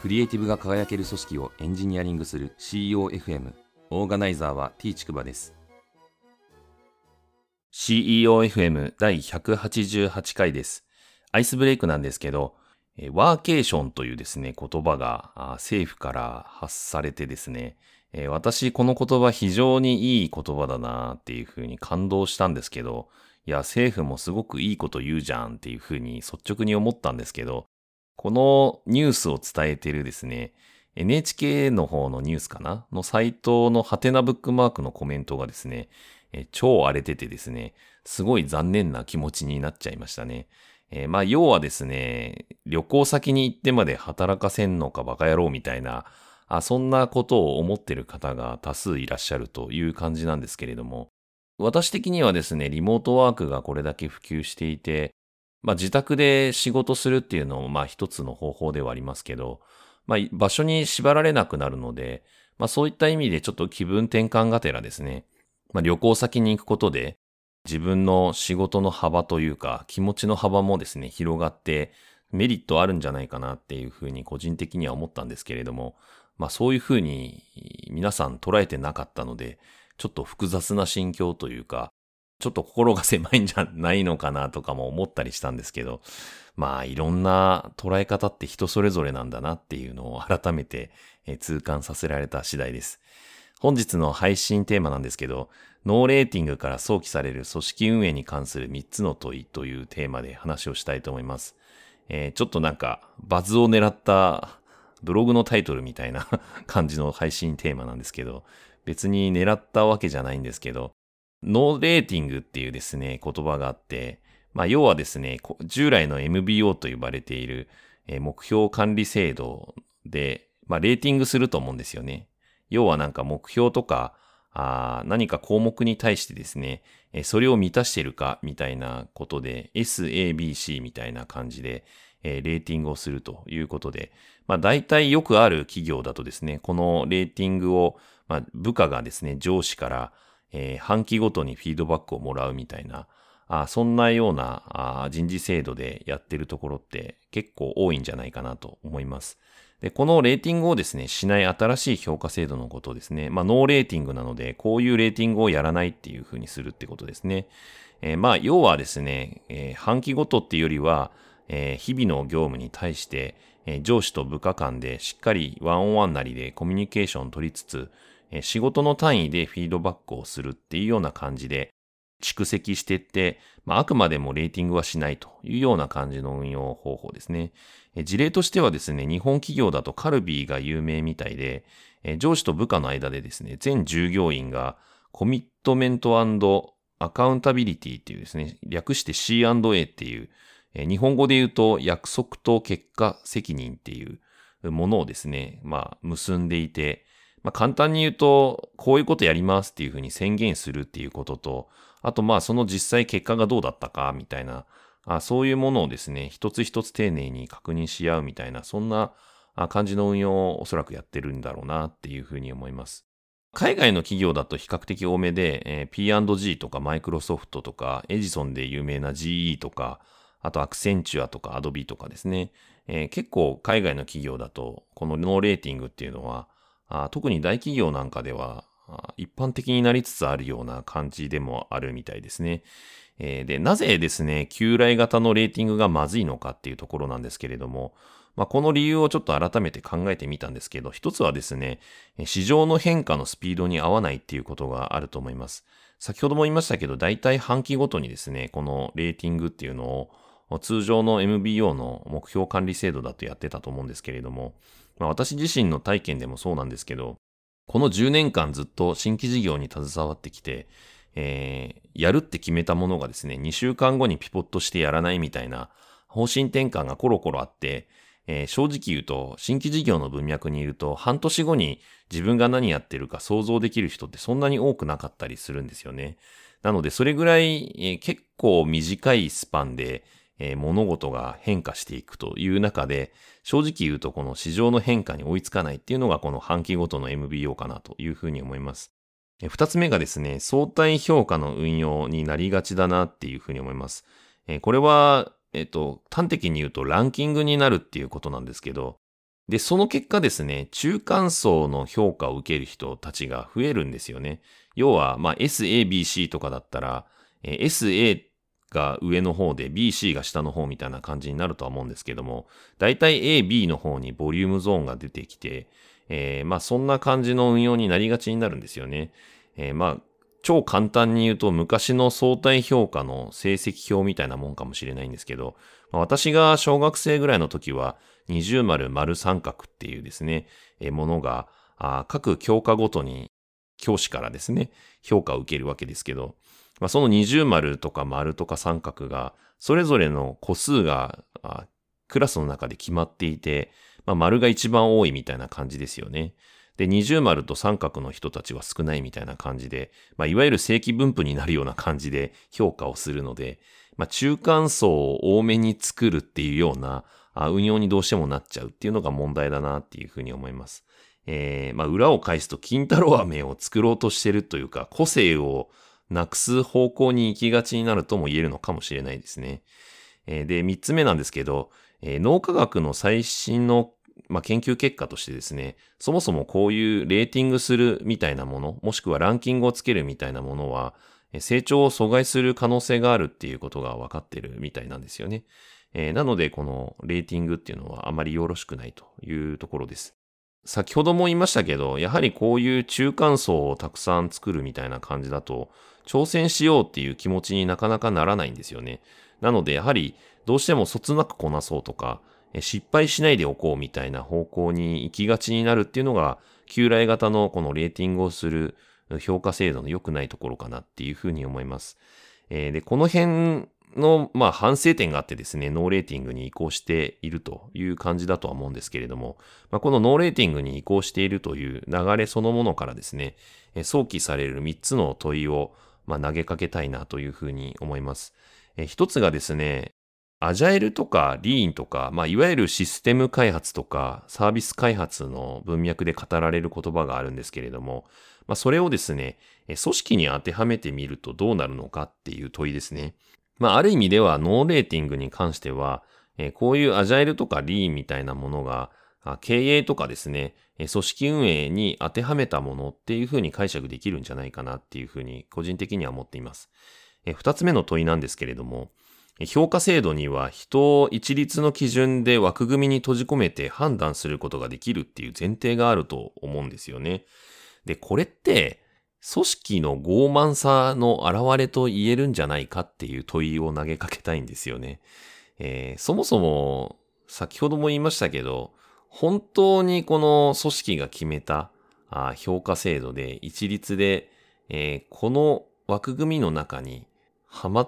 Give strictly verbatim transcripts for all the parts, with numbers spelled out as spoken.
クリエイティブが輝ける組織をエンジニアリングする シーイーオーエフエム。 オーガナイザーは T ちくばです。 シーイーオーエフエム だいひゃくはちじゅうはちかいです。アイスブレイクなんですけど、ワーケーションというですね言葉が政府から発されてですね、私この言葉非常にいい言葉だなっていうふうに感動したんですけど、いや政府もすごくいいこと言うじゃんっていうふうに率直に思ったんですけど、このニュースを伝えているですね、エヌエイチケー の方のニュースかなのサイトのハテナブックマークのコメントがですね、え超荒れててですね、すごい残念な気持ちになっちゃいましたね。えー、まあ要はですね、旅行先に行ってまで働かせんのかバカ野郎みたいな、あそんなことを思ってる方が多数いらっしゃるという感じなんですけれども、私的にはですね、リモートワークがこれだけ普及していて、まあ自宅で仕事するっていうのもまあ一つの方法ではありますけど、まあ場所に縛られなくなるので、まあそういった意味でちょっと気分転換がてらですね、まあ旅行先に行くことで自分の仕事の幅というか気持ちの幅もですね、広がってメリットあるんじゃないかなっていうふうに個人的には思ったんですけれども、まあそういうふうに皆さん捉えてなかったので、ちょっと複雑な心境というか、ちょっと心が狭いんじゃないのかなとかも思ったりしたんですけど、まあいろんな捉え方って人それぞれなんだなっていうのを改めて痛感させられた次第です。本日の配信テーマなんですけど、ノーレーティングから想起される組織運営に関するみっつの問いというテーマで話をしたいと思います。えー、ちょっとなんかバズを狙ったブログのタイトルみたいな感じの配信テーマなんですけど、別に狙ったわけじゃないんですけど、ノーレーティングっていうですね、言葉があって、まあ要はですね、従来の エムビーオー と呼ばれている目標管理制度で、まあレーティングすると思うんですよね。要はなんか目標とか、あ何か項目に対してですね、それを満たしているかみたいなことで エスエービーシー みたいな感じで、えー、レーティングをするということで、まあ大体よくある企業だとですね、このレーティングを、まあ、部下がですね、上司から、えー、半期ごとにフィードバックをもらうみたいな、あそんなようなあ人事制度でやってるところって結構多いんじゃないかなと思います。で、このレーティングをですね、しない新しい評価制度のことをですね、まあ、ノーレーティングなので、こういうレーティングをやらないっていう風にするってことですね。えー、まあ、要はですね、えー、半期ごとっていうよりは、えー、日々の業務に対して、えー、上司と部下間でしっかりワンオンワンなりでコミュニケーションを取りつつ、えー、仕事の単位でフィードバックをするっていうような感じで、蓄積していって、まあ、あくまでもレーティングはしないというような感じの運用方法ですね。事例としてはですね、日本企業だとカルビーが有名みたいで、上司と部下の間でですね、全従業員がコミットメント&アカウンタビリティっていうですね、略して シーアンドエー っていう、日本語で言うと約束と結果責任っていうものをですね、まあ結んでいて、まあ簡単に言うと、こういうことやりますっていうふうに宣言するっていうことと、あとまあその実際結果がどうだったかみたいな、あそういうものをですね、一つ一つ丁寧に確認し合うみたいな、そんな感じの運用をおそらくやってるんだろうなっていうふうに思います。海外の企業だと比較的多めで、えー、ピーアンドジー とかマイクロソフトとかエジソンで有名な ジーイー とか、あとアクセンチュアとかアドビとかですね、えー、結構海外の企業だとこのノーレーティングっていうのは、あ特に大企業なんかでは一般的になりつつあるような感じでもあるみたいですね。えー、で、なぜですね、旧来型のレーティングがまずいのかっていうところなんですけれども、まあ、この理由をちょっと改めて考えてみたんですけど、一つはですね、市場の変化のスピードに合わないっていうことがあると思います。先ほども言いましたけど、大体半期ごとにですね、このレーティングっていうのを通常の エムビーオー の目標管理制度だとやってたと思うんですけれども、まあ、私自身の体験でもそうなんですけど、このじゅうねんかんずっと新規事業に携わってきて、えー、やるって決めたものがですね、にしゅうかんごにピポットしてやらないみたいな方針転換がコロコロあって、えー、正直言うと、新規事業の文脈にいると、半年後に自分が何やってるか想像できる人ってそんなに多くなかったりするんですよね。なので、それぐらい、えー、結構短いスパンで、えー、物事が変化していくという中で、正直言うとこの市場の変化に追いつかないっていうのがこの半期ごとの エムビーオー かなというふうに思います。えー、二つ目がですね、相対評価の運用になりがちだなっていうふうに思います。えー、これは、えっと、端的に言うとランキングになるっていうことなんですけど、 で、その結果ですね、中間層の評価を受ける人たちが増えるんですよね。要は、まあ、エスエービーシー とかだったら、えー エスエー が上の方で ビーシー が下の方みたいな感じになるとは思うんですけども、だいたい エービー の方にボリュームゾーンが出てきて、えーまあ、そんな感じの運用になりがちになるんですよね。えーまあ、超簡単に言うと昔の相対評価の成績表みたいなもんかもしれないんですけど、まあ私が小学生ぐらいの時は二重丸丸三角っていうですね、えーものがあー各教科ごとに教師からですね、評価を受けるわけですけど、まあ、その二重丸とか丸とか三角がそれぞれの個数があークラスの中で決まっていて、まあ、丸が一番多いみたいな感じですよね。で、二重丸と三角の人たちは少ないみたいな感じで、まあ、いわゆる正規分布になるような感じで評価をするので、まあ、中間層を多めに作るっていうようなあ運用にどうしてもなっちゃうっていうのが問題だなっていうふうに思います。えー、まあ、裏を返すと金太郎飴を作ろうとしてるというか、個性をなくす方向に行きがちになるとも言えるのかもしれないですね。えーで、三つ目なんですけど、えー脳科学の最新のまあ、研究結果としてですね、そもそもこういうレーティングするみたいなもの、もしくはランキングをつけるみたいなものは、えー成長を阻害する可能性があるっていうことが分かってるみたいなんですよね。えーなので、このレーティングっていうのはあまりよろしくないというところです。先ほども言いましたけど、やはりこういう中間層をたくさん作るみたいな感じだと、挑戦しようっていう気持ちになかなかならないんですよね。なので、やはりどうしてもそつなくこなそうとか、え失敗しないでおこうみたいな方向に行きがちになるっていうのが、旧来型のこのレーティングをする評価制度の良くないところかなっていうふうに思います。えーで、この辺の、まあ、反省点があってですね、ノーレーティングに移行しているという感じだとは思うんですけれども、まあ、このノーレーティングに移行しているという流れそのものからですね、えー想起されるみっつの問いを、まあ、投げかけたいなというふうに思います。えー一つがですね、アジャイルとかリーンとか、まあ、いわゆるシステム開発とかサービス開発の文脈で語られる言葉があるんですけれども、まあ、それをですね、え組織に当てはめてみるとどうなるのかっていう問いですね。まあ、ある意味ではノーレーティングに関しては、えーこういうアジャイルとかリーンみたいなものが、あ経営とかですね、えー組織運営に当てはめたものっていうふうに解釈できるんじゃないかなっていうふうに個人的には思っています。えー二つ目の問いなんですけれども、えー評価制度には人を一律の基準で枠組みに閉じ込めて判断することができるっていう前提があると思うんですよね。で、これって、組織の傲慢さの表れと言えるんじゃないかっていう問いを投げかけたいんですよね。えーそもそも、先ほども言いましたけど、本当にこの組織が決めたあ評価制度で一律で、えーこの枠組みの中にはまって、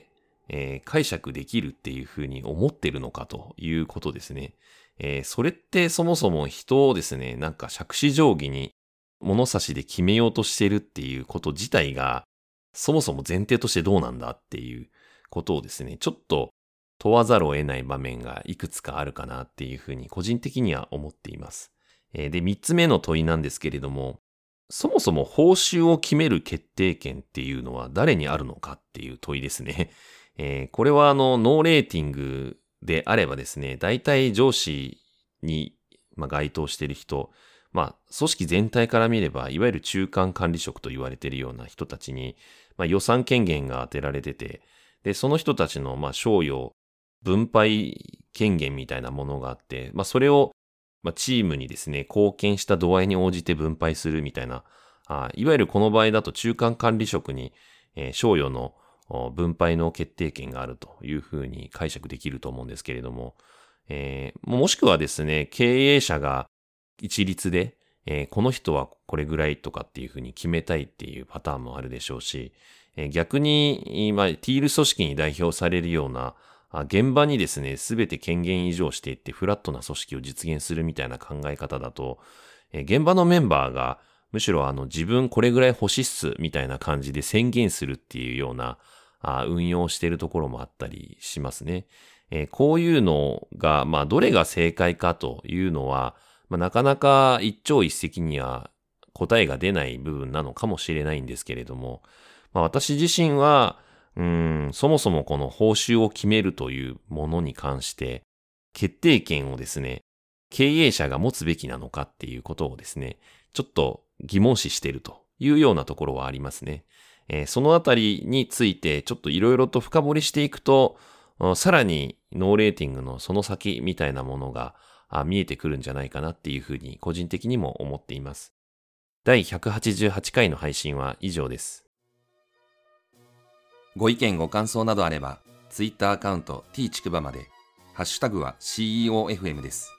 えー解釈できるっていうふうに思ってるのかということですね。えーそれってそもそも人をですね、なんか杓子定規に物差しで決めようとしてるっていうこと自体が、そもそも前提としてどうなんだっていうことをですね、ちょっと問わざるを得ない場面がいくつかあるかなっていうふうに個人的には思っています。えーで、三つ目の問いなんですけれども、そもそも報酬を決める決定権っていうのは誰にあるのかっていう問いですね。えーこれはあの、ノーレーティングであればですね、大体上司に、まあ、該当している人、まあ、組織全体から見れば、いわゆる中間管理職と言われているような人たちに、まあ、予算権限が当てられてて、で、その人たちの、まあ、賞与、分配権限みたいなものがあって、まあ、それを、まあ、チームにですね、貢献した度合いに応じて分配するみたいな、あいわゆるこの場合だと中間管理職に、えー賞与のお分配の決定権があるというふうに解釈できると思うんですけれども、えーもしくはですね、経営者が一律で、えーこの人はこれぐらいとかっていうふうに決めたいっていうパターンもあるでしょうし、えー逆に、まあ、ティール組織に代表されるような、あ現場にですね、すべて権限移譲していってフラットな組織を実現するみたいな考え方だと、えー現場のメンバーがむしろあの自分これぐらい欲しっすみたいな感じで宣言するっていうようなあ運用しているところもあったりしますね。えーこういうのが、まあ、どれが正解かというのは、まあ、なかなか一朝一夕には答えが出ない部分なのかもしれないんですけれども、まあ、私自身は、うーん、そもそもこの報酬を決めるというものに関して、決定権をですね、 経営者が持つべきなのかっていうことをですね、ちょっと疑問視しているというようなところはありますね。えーそのあたりについてちょっといろいろと深掘りしていくと、あさらにノーレーティングのその先みたいなものがあ見えてくるんじゃないかなっていうふうに個人的にも思っています。だいひゃくはちじゅうはちかいの配信は以上です。 ご意見ご感想などあれば、ツイッターアカウント t ちくばまで、ハッシュタグは シーイーオーエフエム です。